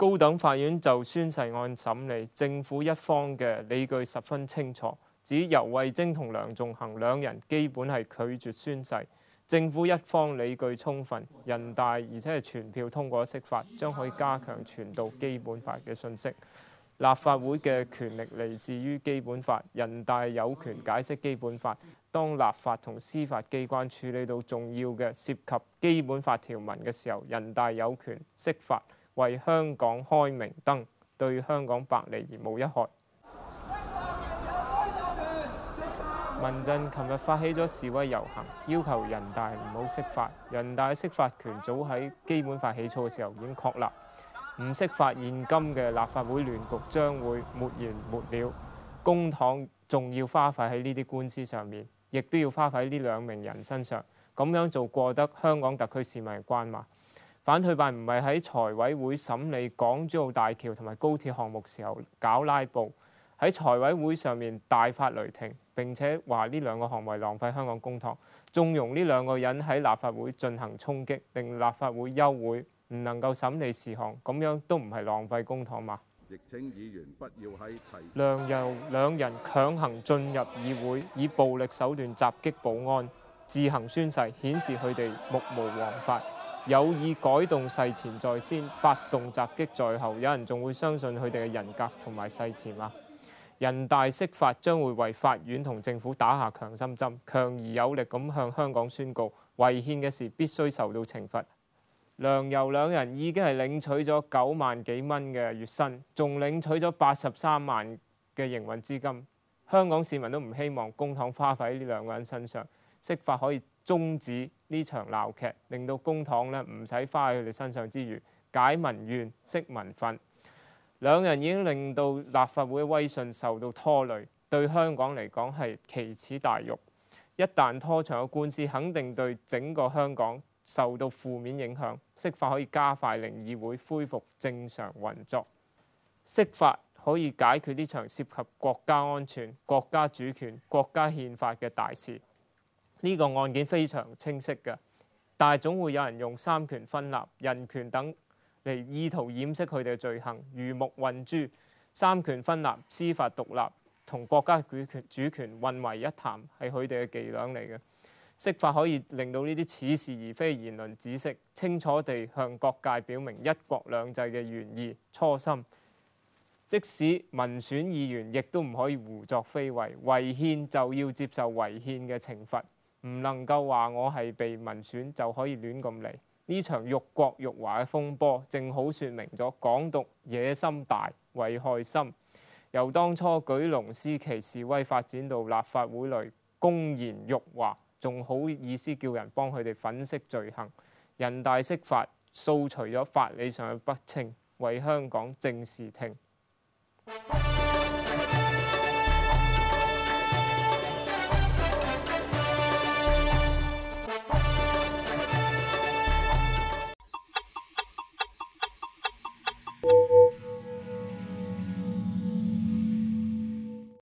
高等法院就宣誓案審理，政府一方嘅理據十分清楚，指游蕙禎同梁頌恆兩人基本係拒絕宣誓。政府一方理據充分，人大而且係全票通過釋法，將可以加強傳導基本法嘅信息。立法會嘅權力嚟自於基本法，人大有權解釋基本法。當立法同司法機關處理到重要嘅涉及基本法條文嘅時候，人大有權釋法，為香港開明燈，對香港百利而無一害。民陣琴日發起咗示威遊行，要求人大唔好釋法。人大釋法權早喺基本法起草嘅時候已經確立，唔釋法，現今嘅立法會亂局將會沒完沒了。公帑仲要花費喺呢啲官司上面，亦都要花費喺呢兩名人身上。咁樣做過得香港特區市民嘅關嘛？反對派唔係喺財委會審理港珠澳大橋同埋高鐵項目時候搞拉布，喺財委會上面大發雷霆，並且話呢兩個項目浪費香港公帑，縱容呢兩個人喺立法會進行衝擊，令立法會休會，唔能夠審理事項，咁樣都唔係浪費公帑嘛？ 亦請議員不要喺梁游兩人強行進入議會，以暴力手段襲擊保安，自行宣誓，顯示佢哋目無王法，有意改動誓前在先，發動襲擊在後。有人仲會相信佢哋嘅人格同埋誓詞嗎？人大釋法將會為法院同政府打下強心針，強而有力咁向香港宣告違憲嘅事必須受到懲罰。梁游兩人已經係領取咗9萬幾蚊嘅月薪，仲領取咗83萬嘅營運資金。香港市民都唔希望公帑花費喺呢兩個人身上，釋法可以終止呢場鬧劇，令到公帑咧唔使花喺佢哋身上之餘，解民怨、息民憤。兩人已經令到立法會嘅威信受到拖累，對香港嚟講係奇恥大辱。一旦拖長嘅官司，肯定對整個香港受到負面影響。釋法可以加快令議會恢復正常運作，釋法可以解決呢場涉及國家安全、國家主權、國家憲法嘅大事。呢個案件非常清晰嘅，但係總會有人用三權分立、人權等嚟意圖掩飾佢哋嘅罪行，魚目混珠。三權分立、司法獨立同國家主權混為一談，係佢哋嘅伎倆嚟嘅。釋法可以令到呢啲似是而非言論止息，清楚地向各界表明一國兩制嘅原意初心。即使民選議員亦都唔可以胡作非為，違憲就要接受違憲嘅懲罰，唔能夠話我係被民選就可以亂咁嚟。呢場辱國辱華嘅風波，正好説明咗港獨野心大、危害深。由當初舉龍獅旗示威發展到立法會內公然辱華，仲好意思叫人幫佢哋粉飾罪行。人大釋法掃除咗法理上嘅不清，為香港正視聽。